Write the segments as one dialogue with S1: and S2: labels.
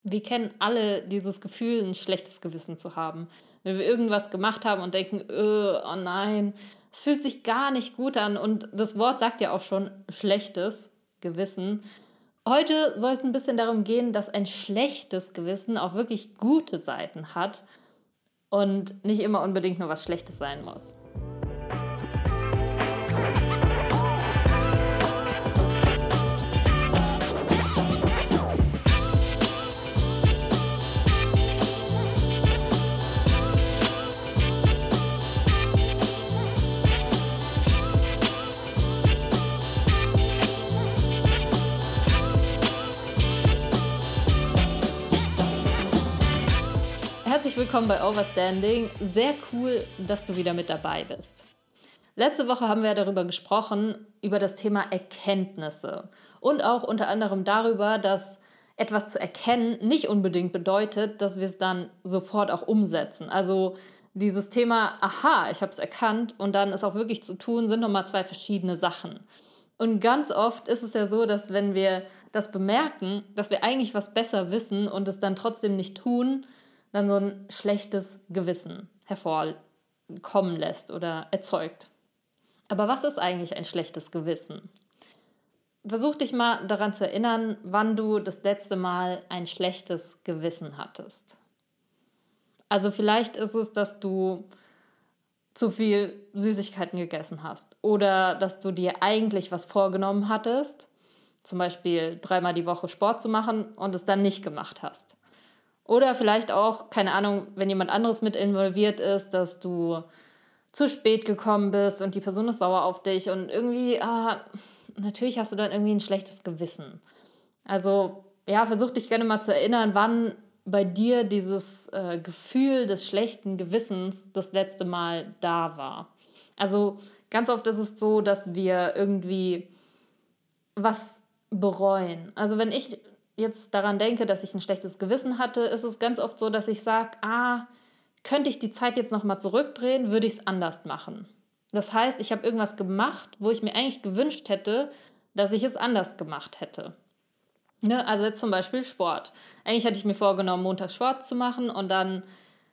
S1: Wir kennen alle dieses Gefühl, ein schlechtes Gewissen zu haben. Wenn wir irgendwas gemacht haben und denken: oh nein, es fühlt sich gar nicht gut an.“ Und das Wort sagt ja auch schon schlechtes Gewissen. Heute soll es ein bisschen darum gehen, dass ein schlechtes Gewissen auch wirklich gute Seiten hat und nicht immer unbedingt nur was Schlechtes sein muss. Herzlich willkommen bei Overstanding. Sehr cool, dass du wieder mit dabei bist. Letzte Woche haben wir darüber gesprochen, über das Thema Erkenntnisse und auch unter anderem darüber, dass etwas zu erkennen nicht unbedingt bedeutet, dass wir es dann sofort auch umsetzen. Also dieses Thema, aha, ich habe es erkannt und dann es auch wirklich zu tun, sind nochmal zwei verschiedene Sachen. Und ganz oft ist es ja so, dass wenn wir das bemerken, dass wir eigentlich was besser wissen und es dann trotzdem nicht tun, dann so ein schlechtes Gewissen hervorkommen lässt oder erzeugt. Aber was ist eigentlich ein schlechtes Gewissen? Versuch dich mal daran zu erinnern, wann du das letzte Mal ein schlechtes Gewissen hattest. Also vielleicht ist es, dass du zu viel Süßigkeiten gegessen hast oder dass du dir eigentlich was vorgenommen hattest, zum Beispiel 3-mal die Woche Sport zu machen und es dann nicht gemacht hast. Oder vielleicht auch, keine Ahnung, wenn jemand anderes mit involviert ist, dass du zu spät gekommen bist und die Person ist sauer auf dich und irgendwie, natürlich hast du dann irgendwie ein schlechtes Gewissen. Also, ja, versuch dich gerne mal zu erinnern, wann bei dir dieses Gefühl des schlechten Gewissens das letzte Mal da war. Also, ganz oft ist es so, dass wir irgendwie was bereuen. Also, wenn ich jetzt daran denke, dass ich ein schlechtes Gewissen hatte, ist es ganz oft so, dass ich sage, könnte ich die Zeit jetzt nochmal zurückdrehen, würde ich es anders machen. Das heißt, ich habe irgendwas gemacht, wo ich mir eigentlich gewünscht hätte, dass ich es anders gemacht hätte. Ne? Also jetzt zum Beispiel Sport. Eigentlich hatte ich mir vorgenommen, montags Sport zu machen und dann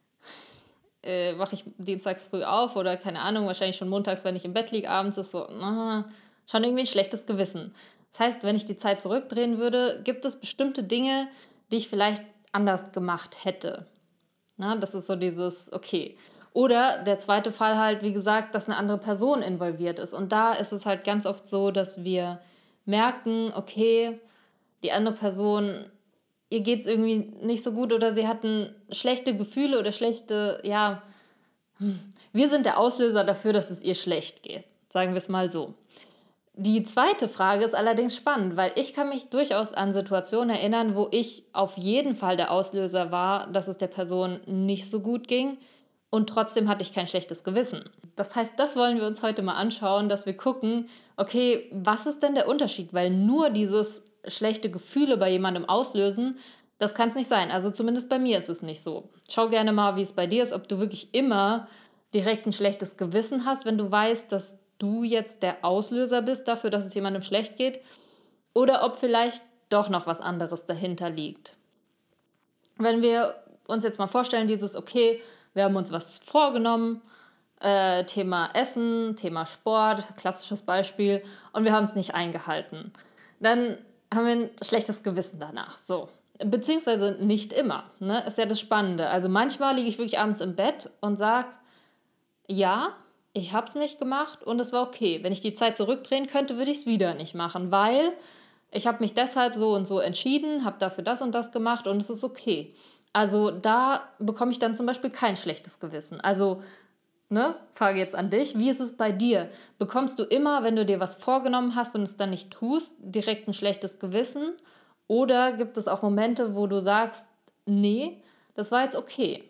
S1: wache ich Dienstag früh auf oder keine Ahnung, wahrscheinlich schon montags, wenn ich im Bett liege, abends ist so, schon irgendwie ein schlechtes Gewissen. Das heißt, wenn ich die Zeit zurückdrehen würde, gibt es bestimmte Dinge, die ich vielleicht anders gemacht hätte. Na, das ist so dieses, okay. Oder der zweite Fall halt, wie gesagt, dass eine andere Person involviert ist. Und da ist es halt ganz oft so, dass wir merken, okay, die andere Person, ihr geht es irgendwie nicht so gut oder sie hatten schlechte Gefühle oder schlechte, ja, wir sind der Auslöser dafür, dass es ihr schlecht geht. Sagen wir es mal so. Die zweite Frage ist allerdings spannend, weil ich kann mich durchaus an Situationen erinnern, wo ich auf jeden Fall der Auslöser war, dass es der Person nicht so gut ging und trotzdem hatte ich kein schlechtes Gewissen. Das heißt, das wollen wir uns heute mal anschauen, dass wir gucken, okay, was ist denn der Unterschied? Weil nur dieses schlechte Gefühle bei jemandem auslösen, das kann es nicht sein. Also zumindest bei mir ist es nicht so. Schau gerne mal, wie es bei dir ist, ob du wirklich immer direkt ein schlechtes Gewissen hast, wenn du weißt, dass du jetzt der Auslöser bist dafür, dass es jemandem schlecht geht, oder ob vielleicht doch noch was anderes dahinter liegt. Wenn wir uns jetzt mal vorstellen, okay, wir haben uns was vorgenommen, Thema Essen, Thema Sport, klassisches Beispiel, und wir haben es nicht eingehalten. Dann haben wir ein schlechtes Gewissen danach. So. Beziehungsweise nicht immer. Ne? Ist ja das Spannende. Also manchmal liege ich wirklich abends im Bett und sage, ja, ich habe es nicht gemacht und es war okay. Wenn ich die Zeit zurückdrehen könnte, würde ich es wieder nicht machen, weil ich habe mich deshalb so und so entschieden, habe dafür das und das gemacht und es ist okay. Also da bekomme ich dann zum Beispiel kein schlechtes Gewissen. Also, Frage jetzt an dich, wie ist es bei dir? Bekommst du immer, wenn du dir was vorgenommen hast und es dann nicht tust, direkt ein schlechtes Gewissen? Oder gibt es auch Momente, wo du sagst, nee, das war jetzt okay?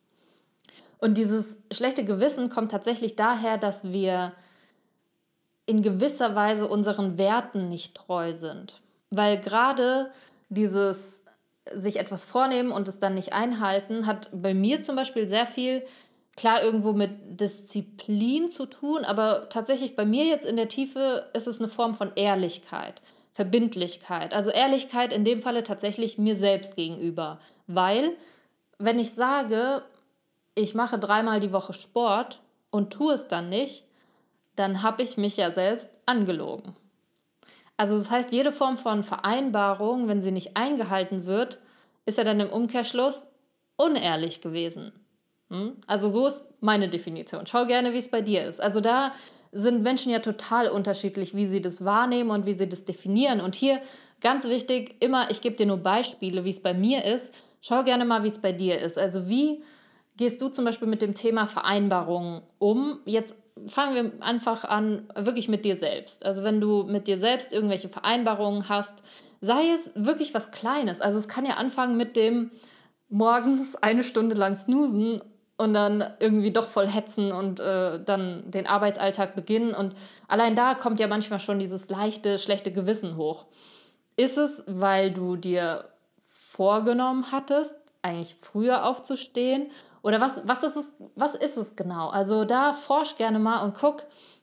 S1: Und dieses schlechte Gewissen kommt tatsächlich daher, dass wir in gewisser Weise unseren Werten nicht treu sind. Weil gerade dieses sich etwas vornehmen und es dann nicht einhalten, hat bei mir zum Beispiel sehr viel, klar, irgendwo mit Disziplin zu tun, aber tatsächlich bei mir jetzt in der Tiefe ist es eine Form von Ehrlichkeit. Verbindlichkeit. Also Ehrlichkeit in dem Falle tatsächlich mir selbst gegenüber. Weil, wenn ich sage, ich mache 3-mal die Woche Sport und tue es dann nicht, dann habe ich mich ja selbst angelogen. Also das heißt, jede Form von Vereinbarung, wenn sie nicht eingehalten wird, ist ja dann im Umkehrschluss unehrlich gewesen. Also so ist meine Definition. Schau gerne, wie es bei dir ist. Also da sind Menschen ja total unterschiedlich, wie sie das wahrnehmen und wie sie das definieren. Und hier ganz wichtig, immer, ich gebe dir nur Beispiele, wie es bei mir ist. Schau gerne mal, wie es bei dir ist. Also wie gehst du zum Beispiel mit dem Thema Vereinbarungen um? Jetzt fangen wir einfach an, wirklich mit dir selbst. Also wenn du mit dir selbst irgendwelche Vereinbarungen hast, sei es wirklich was Kleines. Also es kann ja anfangen mit dem morgens 1 Stunde lang snoosen und dann irgendwie doch voll hetzen und dann den Arbeitsalltag beginnen. Und allein da kommt ja manchmal schon dieses leichte, schlechte Gewissen hoch. Ist es, weil du dir vorgenommen hattest, eigentlich früher aufzustehen? Oder was ist es genau? Also da forsch gerne mal und guck,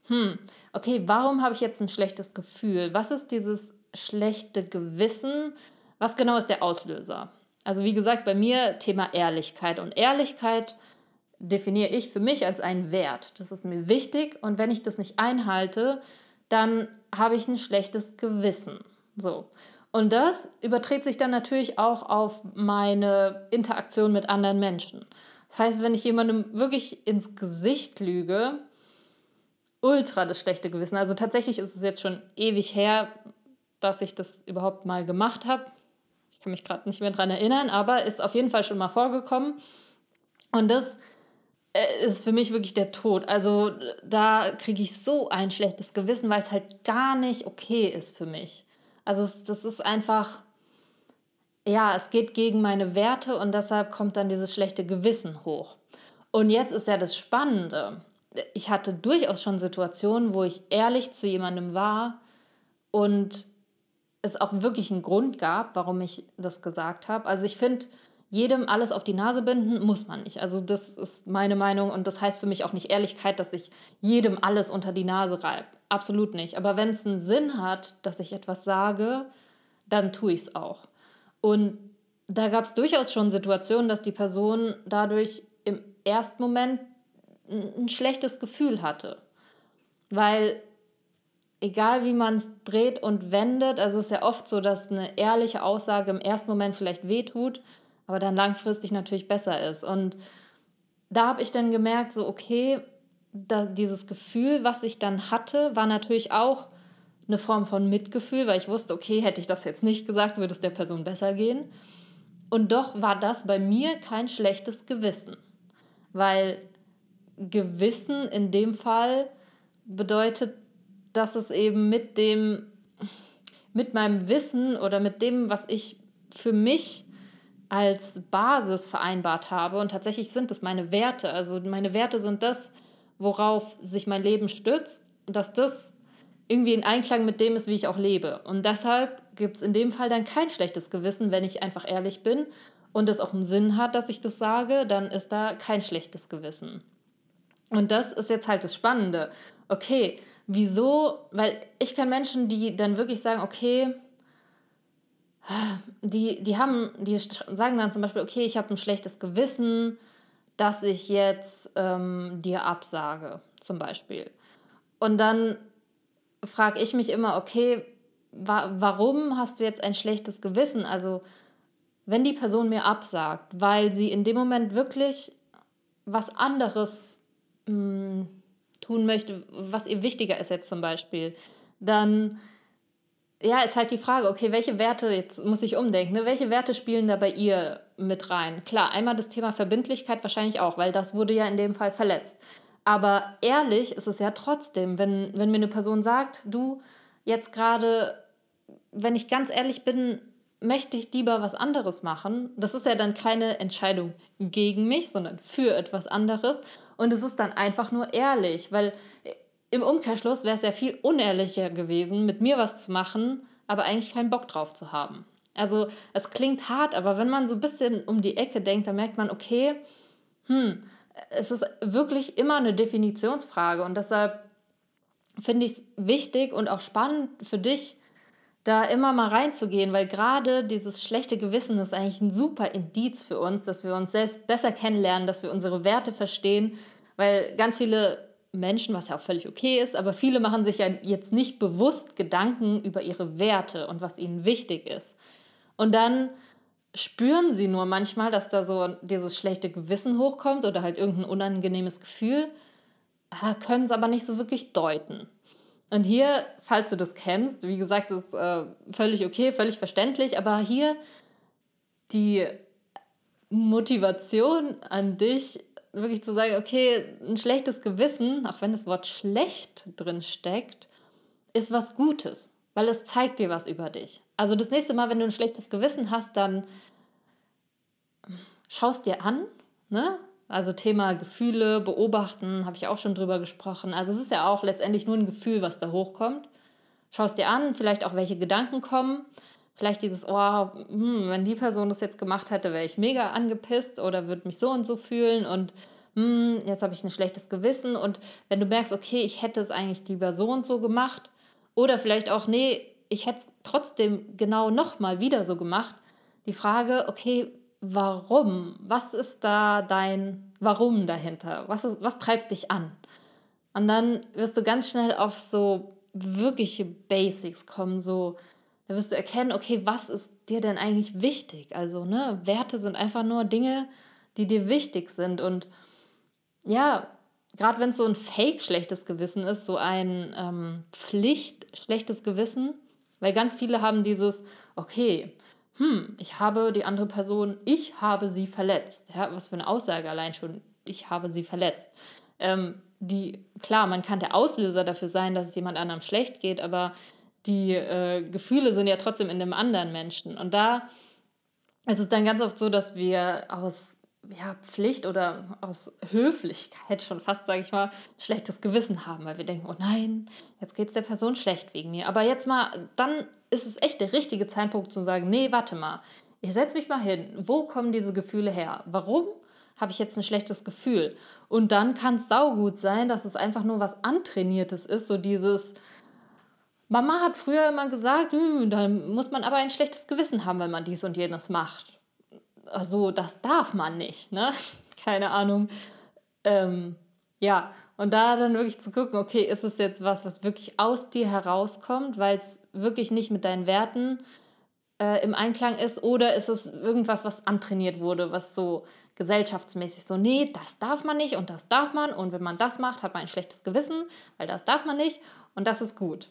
S1: okay, warum habe ich jetzt ein schlechtes Gefühl? Was ist dieses schlechte Gewissen? Was genau ist der Auslöser? Also wie gesagt, bei mir Thema Ehrlichkeit. Und Ehrlichkeit definiere ich für mich als einen Wert. Das ist mir wichtig und wenn ich das nicht einhalte, dann habe ich ein schlechtes Gewissen. So. Und das überträgt sich dann natürlich auch auf meine Interaktion mit anderen Menschen. Das heißt, wenn ich jemandem wirklich ins Gesicht lüge, ultra das schlechte Gewissen. Also tatsächlich ist es jetzt schon ewig her, dass ich das überhaupt mal gemacht habe. Ich kann mich gerade nicht mehr dran erinnern, aber ist auf jeden Fall schon mal vorgekommen. Und das ist für mich wirklich der Tod. Also da kriege ich so ein schlechtes Gewissen, weil es halt gar nicht okay ist für mich. Also das ist einfach, ja, es geht gegen meine Werte und deshalb kommt dann dieses schlechte Gewissen hoch. Und jetzt ist ja das Spannende. Ich hatte durchaus schon Situationen, wo ich ehrlich zu jemandem war und es auch wirklich einen Grund gab, warum ich das gesagt habe. Also ich finde, jedem alles auf die Nase binden muss man nicht. Also das ist meine Meinung und das heißt für mich auch nicht Ehrlichkeit, dass ich jedem alles unter die Nase reibe. Absolut nicht. Aber wenn es einen Sinn hat, dass ich etwas sage, dann tue ich es auch. Und da gab es durchaus schon Situationen, dass die Person dadurch im ersten Moment ein schlechtes Gefühl hatte. Weil egal wie man es dreht und wendet, also es ist ja oft so, dass eine ehrliche Aussage im ersten Moment vielleicht wehtut, aber dann langfristig natürlich besser ist. Und da habe ich dann gemerkt, so okay, dieses Gefühl, was ich dann hatte, war natürlich auch eine Form von Mitgefühl, weil ich wusste, okay, hätte ich das jetzt nicht gesagt, würde es der Person besser gehen. Und doch war das bei mir kein schlechtes Gewissen, weil Gewissen in dem Fall bedeutet, dass es eben mit meinem Wissen oder mit dem, was ich für mich als Basis vereinbart habe. Und tatsächlich sind es meine Werte. Also meine Werte sind das, worauf sich mein Leben stützt, dass das irgendwie in Einklang mit dem ist, wie ich auch lebe. Und deshalb gibt es in dem Fall dann kein schlechtes Gewissen, wenn ich einfach ehrlich bin und es auch einen Sinn hat, dass ich das sage, dann ist da kein schlechtes Gewissen. Und das ist jetzt halt das Spannende. Okay, wieso? Weil ich kenne Menschen, die dann wirklich sagen, okay, die sagen dann zum Beispiel, okay, ich habe ein schlechtes Gewissen, dass ich jetzt dir absage, zum Beispiel. Und dann frage ich mich immer, okay, warum hast du jetzt ein schlechtes Gewissen? Also, wenn die Person mir absagt, weil sie in dem Moment wirklich was anderes tun möchte, was ihr wichtiger ist jetzt zum Beispiel, dann ja, ist halt die Frage, okay, welche Werte, jetzt muss ich umdenken, ne? Welche Werte spielen da bei ihr mit rein? Klar, einmal das Thema Verbindlichkeit wahrscheinlich auch, weil das wurde ja in dem Fall verletzt. Aber ehrlich ist es ja trotzdem, wenn mir eine Person sagt, du, jetzt gerade, wenn ich ganz ehrlich bin, möchte ich lieber was anderes machen. Das ist ja dann keine Entscheidung gegen mich, sondern für etwas anderes. Und es ist dann einfach nur ehrlich, weil im Umkehrschluss wäre es ja viel unehrlicher gewesen, mit mir was zu machen, aber eigentlich keinen Bock drauf zu haben. Also es klingt hart, aber wenn man so ein bisschen um die Ecke denkt, dann merkt man, okay, es ist wirklich immer eine Definitionsfrage und deshalb finde ich es wichtig und auch spannend für dich da immer mal reinzugehen, weil gerade dieses schlechte Gewissen ist eigentlich ein super Indiz für uns, dass wir uns selbst besser kennenlernen, dass wir unsere Werte verstehen, weil ganz viele Menschen, was ja auch völlig okay ist, aber viele machen sich ja jetzt nicht bewusst Gedanken über ihre Werte und was ihnen wichtig ist. Und dann spüren sie nur manchmal, dass da so dieses schlechte Gewissen hochkommt oder halt irgendein unangenehmes Gefühl, können es aber nicht so wirklich deuten. Und hier, falls du das kennst, wie gesagt, ist völlig okay, völlig verständlich, aber hier die Motivation an dich, wirklich zu sagen, okay, ein schlechtes Gewissen, auch wenn das Wort schlecht drin steckt, ist was Gutes, weil es zeigt dir was über dich. Also das nächste Mal, wenn du ein schlechtes Gewissen hast, dann schaust dir an, ne? Also Thema Gefühle, beobachten, habe ich auch schon drüber gesprochen. Also es ist ja auch letztendlich nur ein Gefühl, was da hochkommt. Schaust dir an, vielleicht auch welche Gedanken kommen. Vielleicht dieses, wenn die Person das jetzt gemacht hätte, wäre ich mega angepisst oder würde mich so und so fühlen und jetzt habe ich ein schlechtes Gewissen. Und wenn du merkst, okay, ich hätte es eigentlich lieber so und so gemacht oder vielleicht auch, nee, ich hätte es trotzdem genau nochmal wieder so gemacht. Die Frage, okay, warum? Was ist da dein Warum dahinter? Was treibt dich an? Und dann wirst du ganz schnell auf so wirkliche Basics kommen, so, da wirst du erkennen, okay, was ist dir denn eigentlich wichtig? Also, ne, Werte sind einfach nur Dinge, die dir wichtig sind. Und ja, gerade wenn es so ein fake-schlechtes Gewissen ist, so ein Pflicht-schlechtes Gewissen, weil ganz viele haben dieses, okay, ich habe die andere Person, ich habe sie verletzt. Ja, was für eine Aussage allein schon, ich habe sie verletzt. Klar, man kann der Auslöser dafür sein, dass es jemand anderem schlecht geht, aber die Gefühle sind ja trotzdem in dem anderen Menschen. Und da ist es dann ganz oft so, dass wir aus Pflicht oder aus Höflichkeit schon fast, sage ich mal, ein schlechtes Gewissen haben, weil wir denken, oh nein, jetzt geht es der Person schlecht wegen mir. Aber jetzt mal, dann ist es echt der richtige Zeitpunkt zu sagen, nee, warte mal, ich setze mich mal hin, wo kommen diese Gefühle her? Warum habe ich jetzt ein schlechtes Gefühl? Und dann kann es saugut sein, dass es einfach nur was Antrainiertes ist, so dieses, Mama hat früher immer gesagt, dann muss man aber ein schlechtes Gewissen haben, wenn man dies und jenes macht. Also, das darf man nicht, ne? Keine Ahnung. Ja, und da dann wirklich zu gucken, okay, ist es jetzt was wirklich aus dir herauskommt, weil es wirklich nicht mit deinen Werten im Einklang ist, oder ist es irgendwas, was antrainiert wurde, was so gesellschaftsmäßig so, nee, das darf man nicht und das darf man und wenn man das macht, hat man ein schlechtes Gewissen, weil das darf man nicht und das ist gut.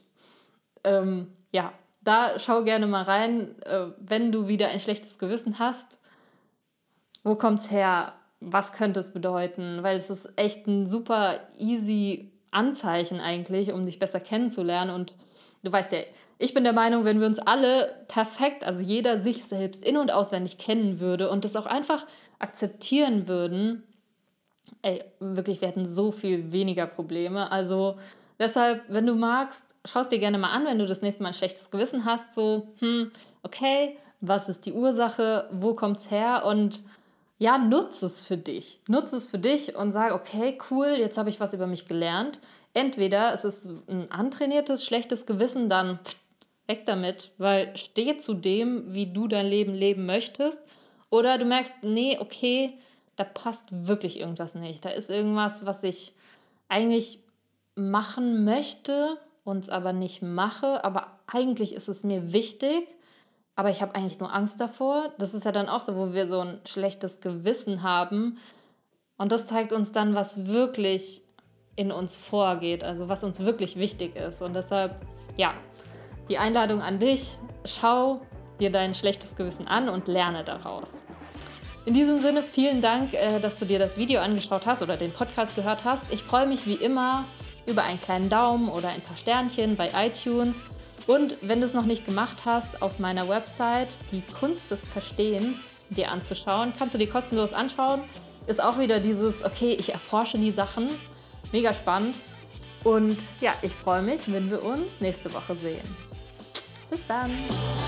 S1: Ja, da schau gerne mal rein, wenn du wieder ein schlechtes Gewissen hast. Wo kommt es her? Was könnte es bedeuten? Weil es ist echt ein super easy Anzeichen eigentlich, um dich besser kennenzulernen. Und du weißt ja, ich bin der Meinung, wenn wir uns alle perfekt, also jeder sich selbst in- und auswendig kennen würde und das auch einfach akzeptieren würden, wirklich, wir hätten so viel weniger Probleme. Also deshalb, wenn du magst, schau es dir gerne mal an, wenn du das nächste Mal ein schlechtes Gewissen hast, so, okay, was ist die Ursache, wo kommt es her und ja, nutze es für dich. Nutze es für dich und sag, okay, cool, jetzt habe ich was über mich gelernt. Entweder es ist ein antrainiertes, schlechtes Gewissen, dann weg damit, weil steh zu dem, wie du dein Leben leben möchtest. Oder du merkst, nee, okay, da passt wirklich irgendwas nicht. Da ist irgendwas, was ich eigentlich machen möchte und es aber nicht mache, aber eigentlich ist es mir wichtig, aber ich habe eigentlich nur Angst davor. Das ist ja dann auch so, wo wir so ein schlechtes Gewissen haben. Und das zeigt uns dann, was wirklich in uns vorgeht, also was uns wirklich wichtig ist. Und deshalb, ja, die Einladung an dich, schau dir dein schlechtes Gewissen an und lerne daraus. In diesem Sinne, vielen Dank, dass du dir das Video angeschaut hast oder den Podcast gehört hast. Ich freue mich wie immer über einen kleinen Daumen oder ein paar Sternchen bei iTunes. Und wenn du es noch nicht gemacht hast, auf meiner Website die Kunst des Verstehens dir anzuschauen, kannst du dir kostenlos anschauen. Ist auch wieder dieses, okay, ich erforsche die Sachen. Mega spannend. Und ja, ich freue mich, wenn wir uns nächste Woche sehen. Bis dann!